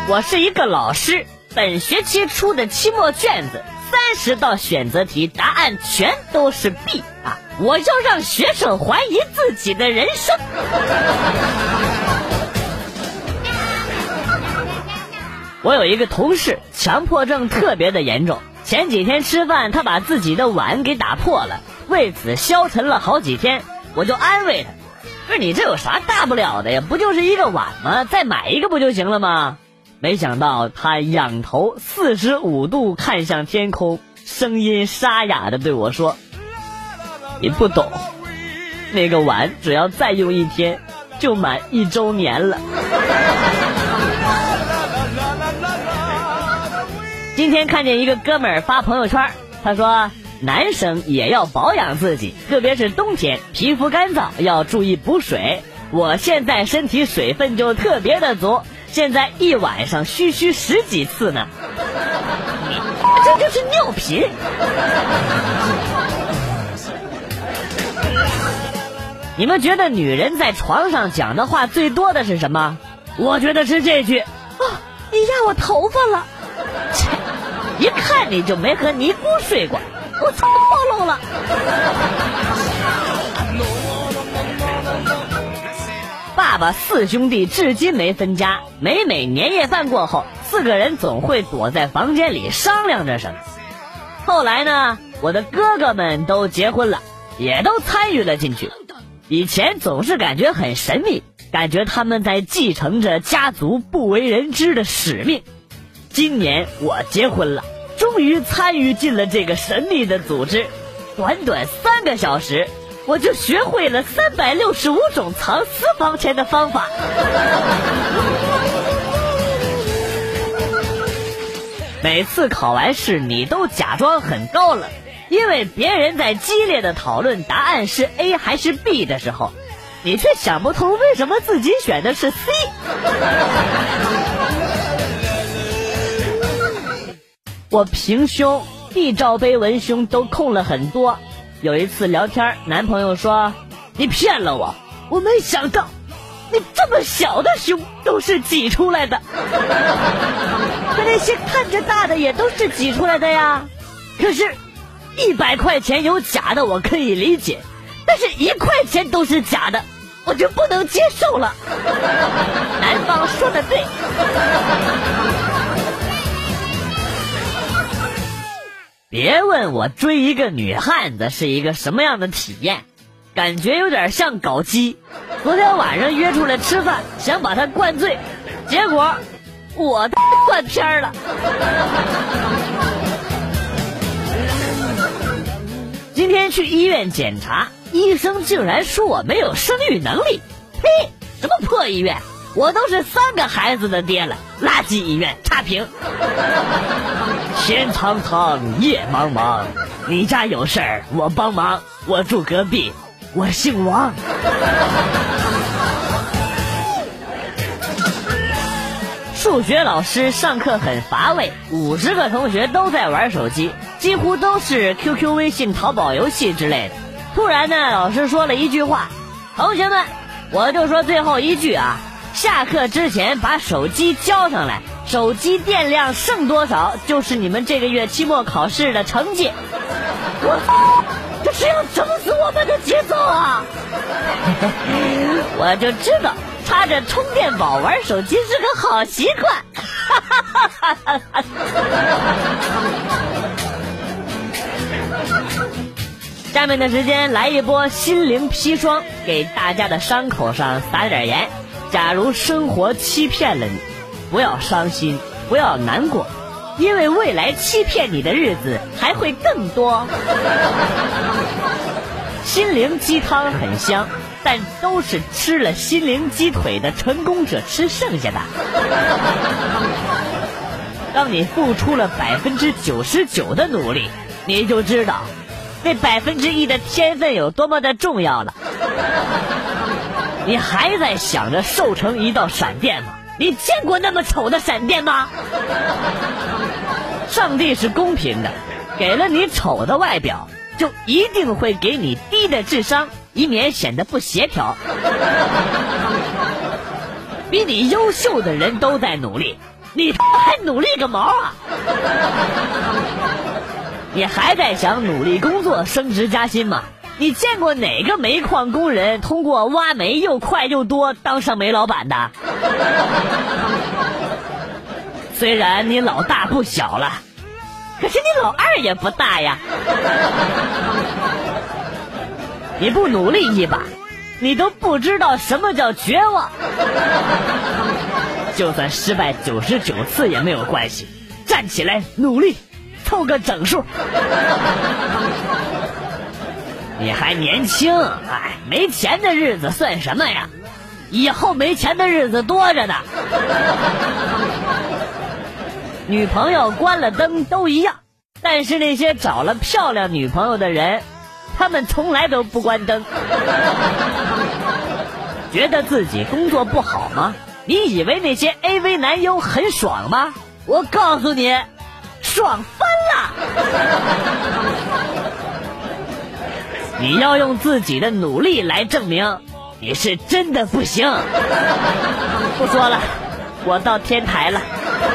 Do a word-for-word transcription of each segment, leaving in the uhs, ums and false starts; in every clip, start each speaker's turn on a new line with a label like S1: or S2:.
S1: 我是一个老师，本学期出的期末卷子三十道选择题答案全都是 B 啊！我要让学生怀疑自己的人生。我有一个同事强迫症特别的严重，前几天吃饭他把自己的碗给打破了，为此消沉了好几天。我就安慰他，不是你这有啥大不了的呀，不就是一个碗吗？再买一个不就行了吗？没想到他仰头四十五度看向天空，声音沙哑的对我说，你不懂，那个碗只要再用一天就满一周年了。今天看见一个哥们儿发朋友圈，他说男生也要保养自己，特别是冬天皮肤干燥要注意补水。我现在身体水分就特别的足，现在一晚上嘘嘘十几次呢。你这就是尿频。你们觉得女人在床上讲的话最多的是什么？我觉得是这句啊，你压我头发了。切，一看你就没和尼姑睡过，我操，暴露了。爸爸四兄弟至今没分家，每每年夜饭过后，四个人总会躲在房间里商量着什么。后来呢，我的哥哥们都结婚了，也都参与了进去。以前总是感觉很神秘，感觉他们在继承着家族不为人知的使命。今年我结婚了，终于参与进了这个神秘的组织。短短三个小时，我就学会了三百六十五种藏私房钱的方法。每次考完试，你都假装很高冷，因为别人在激烈的讨论答案是 A 还是 B 的时候，你却想不通为什么自己选的是 C。我平胸、地罩杯文胸都空了很多。有一次聊天，男朋友说，你骗了我，我没想到你这么小的胸都是挤出来的。可那些看着大的也都是挤出来的呀。可是一百块钱有假的我可以理解，但是一块钱都是假的我就不能接受了。男方说的对。别问我追一个女汉子是一个什么样的体验，感觉有点像搞基。昨天晚上约出来吃饭，想把她灌醉，结果我灌偏了。今天去医院检查，医生竟然说我没有生育能力。呸，什么破医院，我都是三个孩子的爹了，垃圾医院，差评。天苍苍，夜茫茫，你家有事儿我帮忙，我住隔壁，我姓王。数学老师上课很乏味，五十个同学都在玩手机，几乎都是 Q Q、微信、淘宝游戏之类的。突然呢，老师说了一句话，同学们，我就说最后一句啊，下课之前把手机交上来，手机电量剩多少就是你们这个月期末考试的成绩。我操，这是要整死我们的节奏啊！我就知道插着充电宝玩手机是个好习惯。下面的时间来一波心灵砒霜，给大家的伤口上撒点盐。假如生活欺骗了你，不要伤心，不要难过，因为未来欺骗你的日子还会更多。心灵鸡汤很香，但都是吃了心灵鸡腿的成功者吃剩下的。当你付出了百分之九十九的努力，你就知道那百分之一的天分有多么的重要了。你还在想着瘦成一道闪电吗？你见过那么丑的闪电吗？上帝是公平的，给了你丑的外表，就一定会给你低的智商，以免显得不协调。比你优秀的人都在努力， 你还努力个毛啊！你还在想努力工作升职加薪吗？你见过哪个煤矿工人通过挖煤又快又多当上煤老板的？虽然你老大不小了，可是你老二也不大呀。你不努力一把，你都不知道什么叫绝望。就算失败九十九次也没有关系，站起来努力，凑个整数。你还年轻，哎，没钱的日子算什么呀？以后没钱的日子多着呢。女朋友关了灯都一样，但是那些找了漂亮女朋友的人，他们从来都不关灯。觉得自己工作不好吗？你以为那些 A V 男优很爽吗？我告诉你，爽翻了。你要用自己的努力来证明你是真的不行。不说了，我到天台了。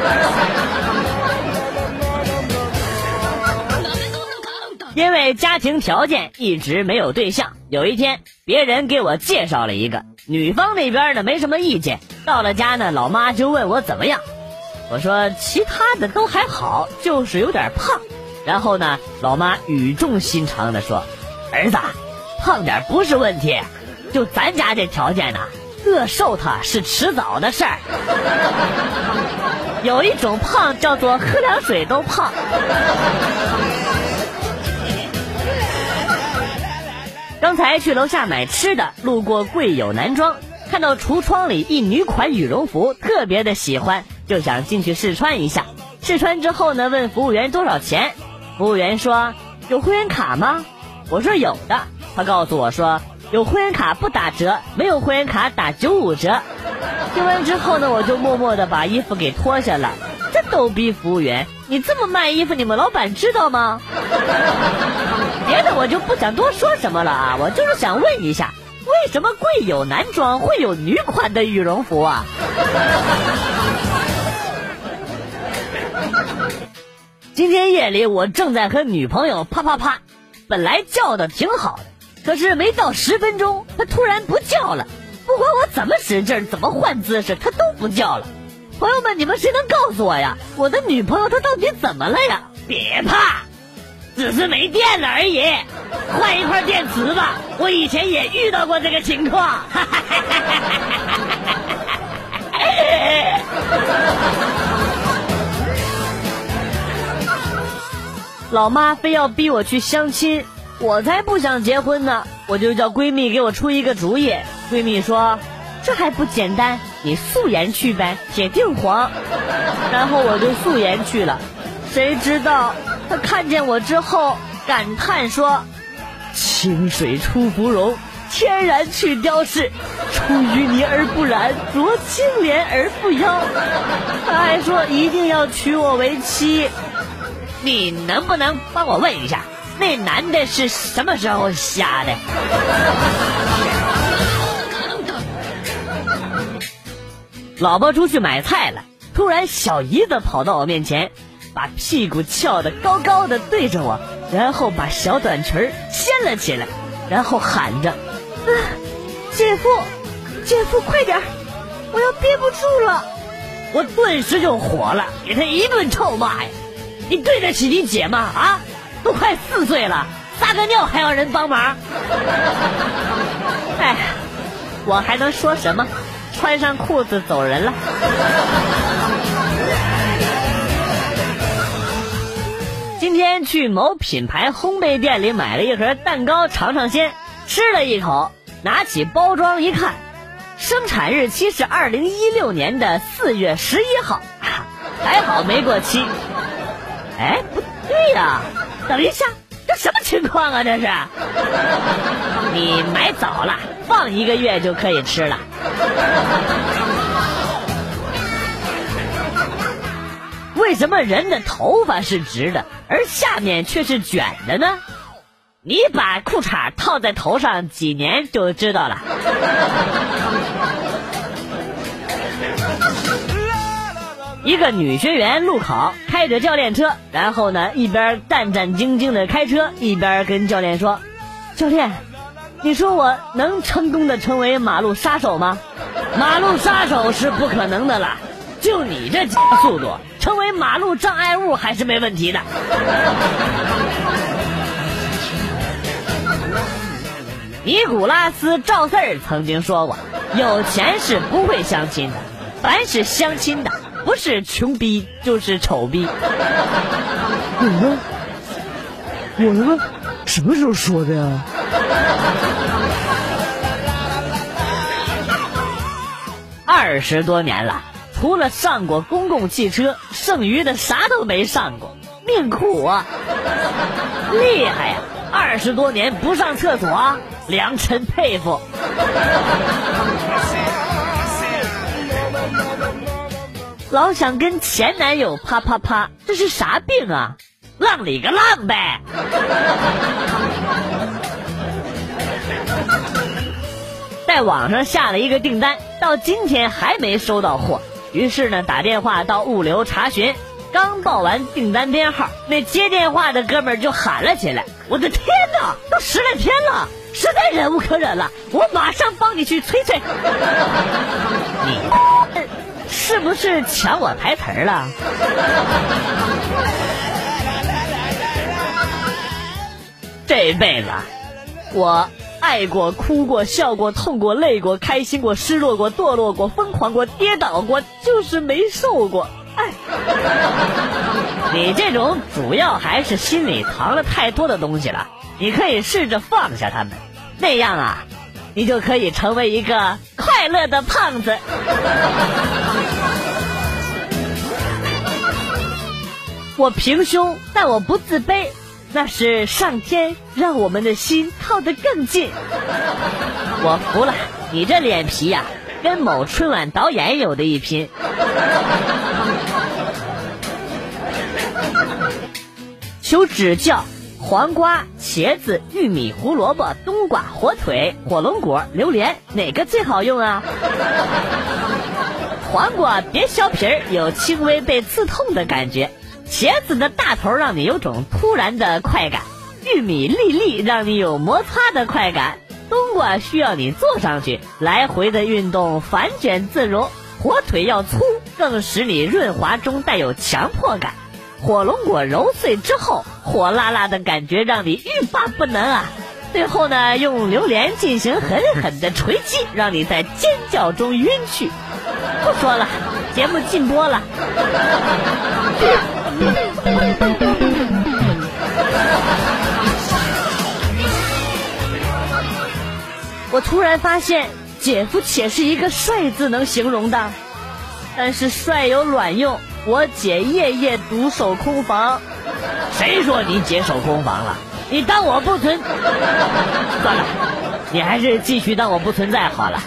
S1: 因为家庭条件一直没有对象，有一天别人给我介绍了一个，女方那边呢没什么意见，到了家呢老妈就问我怎么样，我说其他的都还好，就是有点胖。然后呢老妈语重心长地说，儿子胖点不是问题，就咱家这条件呢，饿瘦它是迟早的事儿。有一种胖叫做喝凉水都胖。刚才去楼下买吃的，路过贵友男装，看到橱窗里一女款羽绒服，特别的喜欢，就想进去试穿一下。试穿之后呢，问服务员多少钱，服务员说有会员卡吗？我说有的，他告诉我说有会员卡不打折，没有会员卡打九五折。听完之后呢，我就默默的把衣服给脱下了。这逗逼服务员，你这么卖衣服，你们老板知道吗？别的我就不想多说什么了啊，我就是想问一下，为什么贵友男装会有女款的羽绒服啊？今天夜里我正在和女朋友啪啪啪，本来叫的挺好的，可是没到十分钟，她突然不叫了，不管我怎么使劲怎么换姿势，她都不叫了。朋友们，你们谁能告诉我呀？我的女朋友她到底怎么了呀？别怕，只是没电了而已，换一块电池吧。我以前也遇到过这个情况。老妈非要逼我去相亲，我才不想结婚呢，我就叫闺蜜给我出一个主意。闺蜜说这还不简单，你素颜去呗，铁定黄。然后我就素颜去了，谁知道他看见我之后感叹说，清水出芙蓉，天然去雕饰，出淤泥而不染，濯清涟而不妖。他还说一定要娶我为妻。你能不能帮我问一下，那男的是什么时候瞎的？老婆出去买菜了，突然小姨子跑到我面前，把屁股翘得高高的对着我，然后把小短裙掀了起来，然后喊着、啊、姐夫姐夫快点，我要憋不住了。我顿时就火了，给他一顿臭骂呀，你对得起你姐吗？啊，都快四岁了，撒个尿还要人帮忙。哎，我还能说什么？穿上裤子走人了。今天去某品牌烘焙店里买了一盒蛋糕尝尝鲜，吃了一口，拿起包装一看，生产日期是二零一六年的四月十一号，还好没过期。哎，不对呀，等一下，这什么情况啊？这是你买早了，放一个月就可以吃了。为什么人的头发是直的，而下面却是卷的呢？你把裤衩套在头上几年就知道了。 一个女学员路考，开着教练车，然后呢一边战战兢兢的开车，一边跟教练说：教练，你说我能成功的成为马路杀手吗？马路杀手是不可能的了，就你这速度，成为马路障碍物还是没问题的。尼古拉斯·赵四儿曾经说过，有钱是不会相亲的，凡是相亲的不是穷逼就是丑逼。
S2: 我呢？我呢？什么时候说的呀？
S1: 二十多年了，除了上过公共汽车，剩余的啥都没上过，命苦啊！厉害呀！二十多年不上厕所，良辰佩服。老想跟前男友啪啪啪，这是啥病啊？浪里个浪呗。在网上下了一个订单，到今天还没收到货，于是呢打电话到物流查询，刚报完订单编号，那接电话的哥们儿就喊了起来：我的天哪，都十来天了，实在忍无可忍了，我马上帮你去催催。你是不是抢我台词儿了？这辈子我爱过，哭过，笑过，痛过，累过，开心过，失落过，堕落过，疯狂过，跌倒过，就是没受过爱。你这种主要还是心里藏了太多的东西了，你可以试着放下他们，那样啊，你就可以成为一个快乐的胖子。我平胸，但我不自卑，那是上天让我们的心靠得更近。我服了，你这脸皮呀、啊，跟某春晚导演有的一拼。求指教：黄瓜、茄子、玉米、胡萝卜、冬瓜、火腿、火龙果、榴莲，哪个最好用啊？黄瓜别削皮儿，有轻微被刺痛的感觉。茄子的大头让你有种突然的快感，玉米粒粒让你有摩擦的快感，冬瓜需要你坐上去来回的运动，反卷自如，火腿要粗，更使你润滑中带有强迫感，火龙果揉碎之后火辣辣的感觉让你欲罢不能啊！最后呢，用榴莲进行狠狠的锤击，让你在尖叫中晕去。不说了，节目禁播了。我突然发现姐夫且是一个帅字能形容的，但是帅有卵用，我姐夜夜独守空房。谁说你姐守空房了？你当我不存算了，你还是继续当我不存在好了。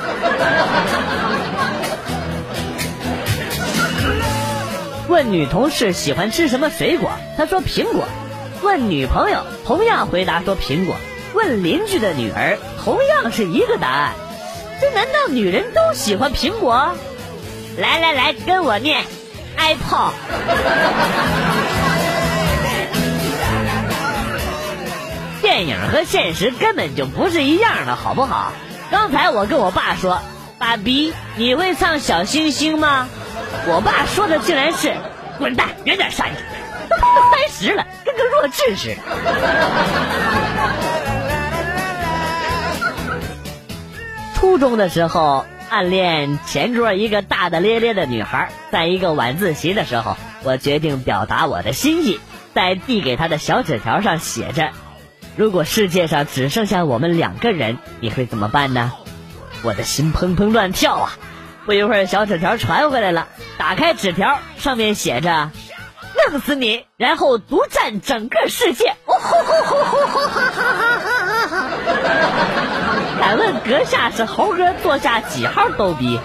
S1: 问女同事喜欢吃什么水果，她说苹果。问女朋友，同样回答说苹果。问邻居的女儿，同样是一个答案。这难道女人都喜欢苹果？来来来，跟我念 iPod。 电影和现实根本就不是一样的，好不好？刚才我跟我爸说，爸比，你会唱小星星吗？我爸说的竟然是滚蛋，远点闪，都三十了，跟个弱智似的。初中的时候暗恋前桌一个大大咧咧的女孩，在一个晚自习的时候，我决定表达我的心意，在递给她的小纸条上写着：如果世界上只剩下我们两个人，你会怎么办呢？我的心砰砰乱跳啊！不一会儿，小纸条传回来了，打开纸条，上面写着：弄死你，然后独占整个世界。哦吼吼吼吼吼哈哈哈哈哈！敢问阁下是猴哥坐下几号逗逼？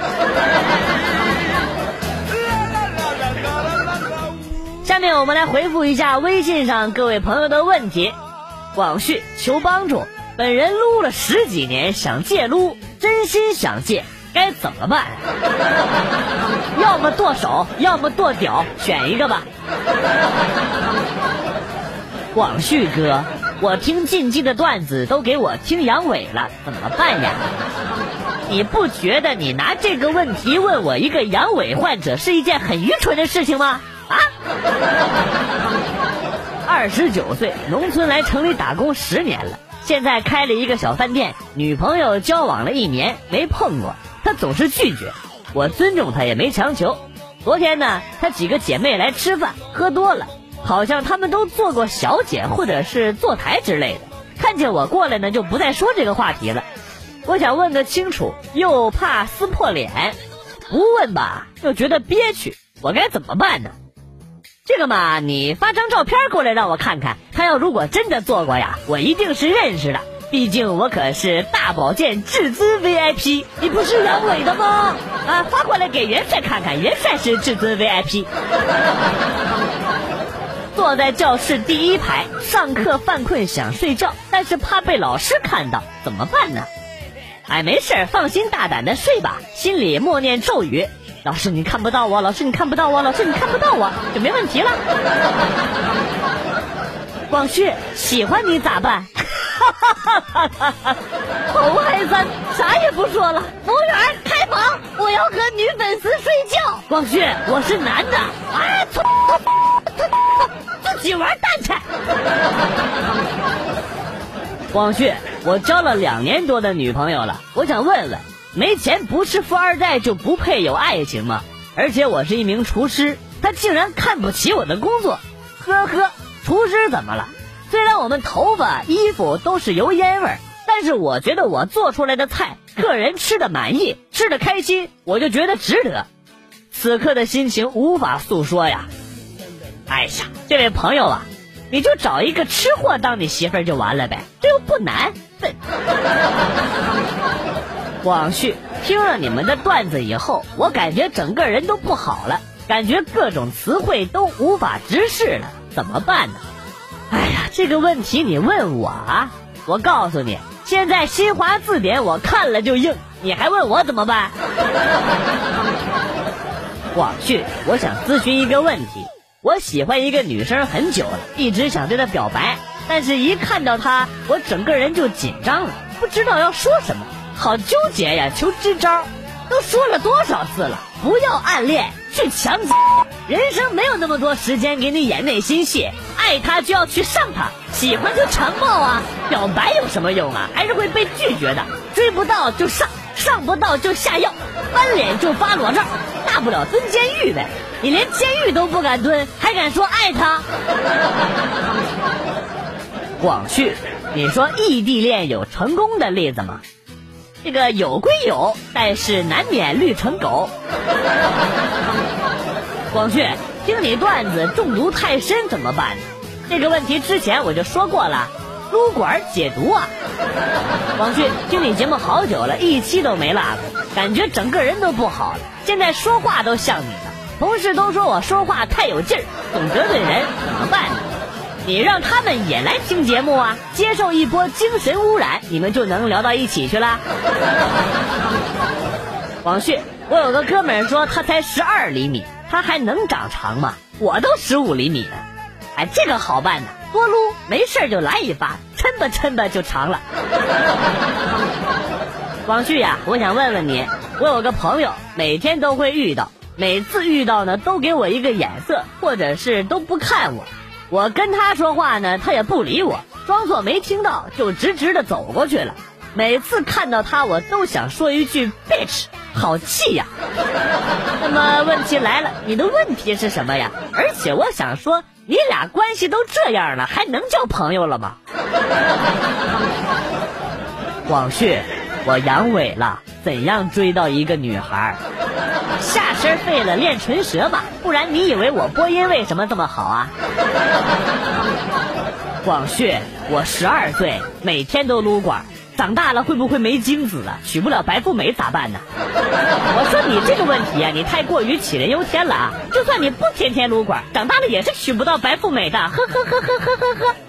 S1: 下面我们来回复一下微信上各位朋友的问题。广旭求帮助，本人撸了十几年，想戒撸，真心想戒，该怎么办？ 要么剁手，要么剁屌，选一个吧。广旭哥，我听禁忌的段子都给我听阳痿了，怎么办呀？你不觉得你拿这个问题问我一个阳痿患者是一件很愚蠢的事情吗？啊？二十九岁，农村来城里打工十年了，现在开了一个小饭店，女朋友交往了一年没碰过，她总是拒绝，我尊重她也没强求。昨天呢，她几个姐妹来吃饭，喝多了，好像她们都做过小姐或者是坐台之类的，看见我过来呢就不再说这个话题了。我想问个清楚，又怕撕破脸，不问吧又觉得憋屈，我该怎么办呢？这个嘛，你发张照片过来让我看看，他要如果真的做过呀，我一定是认识的，毕竟我可是大保健至尊 V I P。 你不是阳痿的吗？啊，发过来给元帅看看，元帅是至尊 V I P。 坐在教室第一排，上课犯困想睡觉，但是怕被老师看到，怎么办呢？哎，没事，放心大胆的睡吧，心里默念咒语，老师你看不到我，老师你看不到我，老师你看不到我，就没问题了。广旭，喜欢你咋办？侯海三啥也不说了，服务员开房，我要和女粉丝睡觉。广旭，我是男的啊，自己玩蛋去。广旭，我交了两年多的女朋友了，我想问问，没钱不是富二代就不配有爱情吗？而且我是一名厨师，他竟然看不起我的工作。呵呵，厨师怎么了？虽然我们头发衣服都是油烟味，但是我觉得我做出来的菜客人吃得满意，吃得开心，我就觉得值得。此刻的心情无法诉说呀。哎呀，这位朋友啊，你就找一个吃货当你媳妇儿就完了呗，这又不难。哼。广旭，听了你们的段子以后，我感觉整个人都不好了，感觉各种词汇都无法直视了，怎么办呢？哎呀，这个问题你问我啊？我告诉你，现在新华字典我看了就硬，你还问我怎么办？广旭，我想咨询一个问题，我喜欢一个女生很久了，一直想对她表白，但是一看到她，我整个人就紧张了，不知道要说什么，好纠结呀，求支招。都说了多少次了，不要暗恋，去强奸。人生没有那么多时间给你演内心戏，爱他就要去上他，喜欢就强暴啊，表白有什么用啊？还是会被拒绝的。追不到就上，上不到就下药，翻脸就发裸照，大不了蹲监狱呗。你连监狱都不敢蹲，还敢说爱他？广旭，你说异地恋有成功的例子吗？这个有归有，但是难免绿成狗。广旭，听你段子中毒太深怎么办呢？这个问题之前我就说过了，撸管解毒啊。广旭，听你节目好久了，一期都没落过，感觉整个人都不好了，现在说话都像你的，同事都说我说话太有劲儿，总得罪人，怎么办呢？你让他们也来听节目啊，接受一波精神污染，你们就能聊到一起去啦。广旭，我有个哥们儿说他才十二厘米，他还能长长吗？我都十五厘米了。哎，这个好办呐，多撸，没事就来一发，抻吧抻吧就长了。广旭呀、啊，我想问问你，我有个朋友每天都会遇到，每次遇到呢都给我一个眼色，或者是都不看我。我跟他说话呢，他也不理我，装作没听到，就直直的走过去了。每次看到他，我都想说一句 bitch， 好气呀。那么问题来了，你的问题是什么呀？而且我想说，你俩关系都这样了，还能交朋友了吗？广旭，我阳痿了，怎样追到一个女孩？下身废了练唇舌吧，不然你以为我播音为什么这么好啊？广旭，我十二岁，每天都撸管，长大了会不会没精子了？娶不了白富美咋办呢？我说你这个问题啊，你太过于杞人忧天了啊！就算你不天天撸管，长大了也是娶不到白富美的，呵呵呵呵呵呵呵。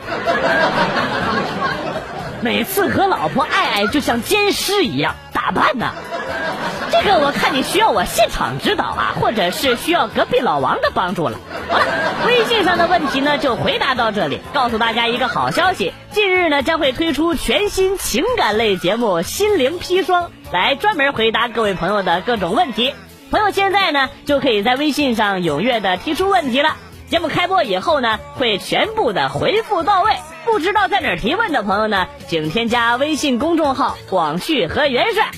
S1: 每次和老婆爱爱就像奸尸一样，咋办呢？ 这个我看你需要我现场指导啊，或者是需要隔壁老王的帮助了。好了，微信上的问题呢就回答到这里。告诉大家一个好消息，近日呢将会推出全新情感类节目《心灵砒霜》，来专门回答各位朋友的各种问题。朋友现在呢就可以在微信上踊跃的提出问题了。节目开播以后呢，会全部的回复到位。不知道在哪儿提问的朋友呢，请添加微信公众号广旭和元帅。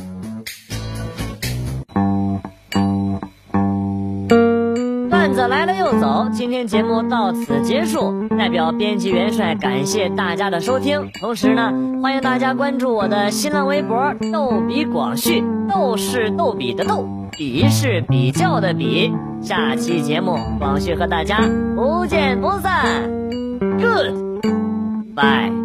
S1: 段子来了又走，今天节目到此结束。代表编辑元帅感谢大家的收听，同时呢，欢迎大家关注我的新浪微博逗比广旭，逗是逗比的逗，比是比较的比。下期节目广旭和大家不见不散。Good bye。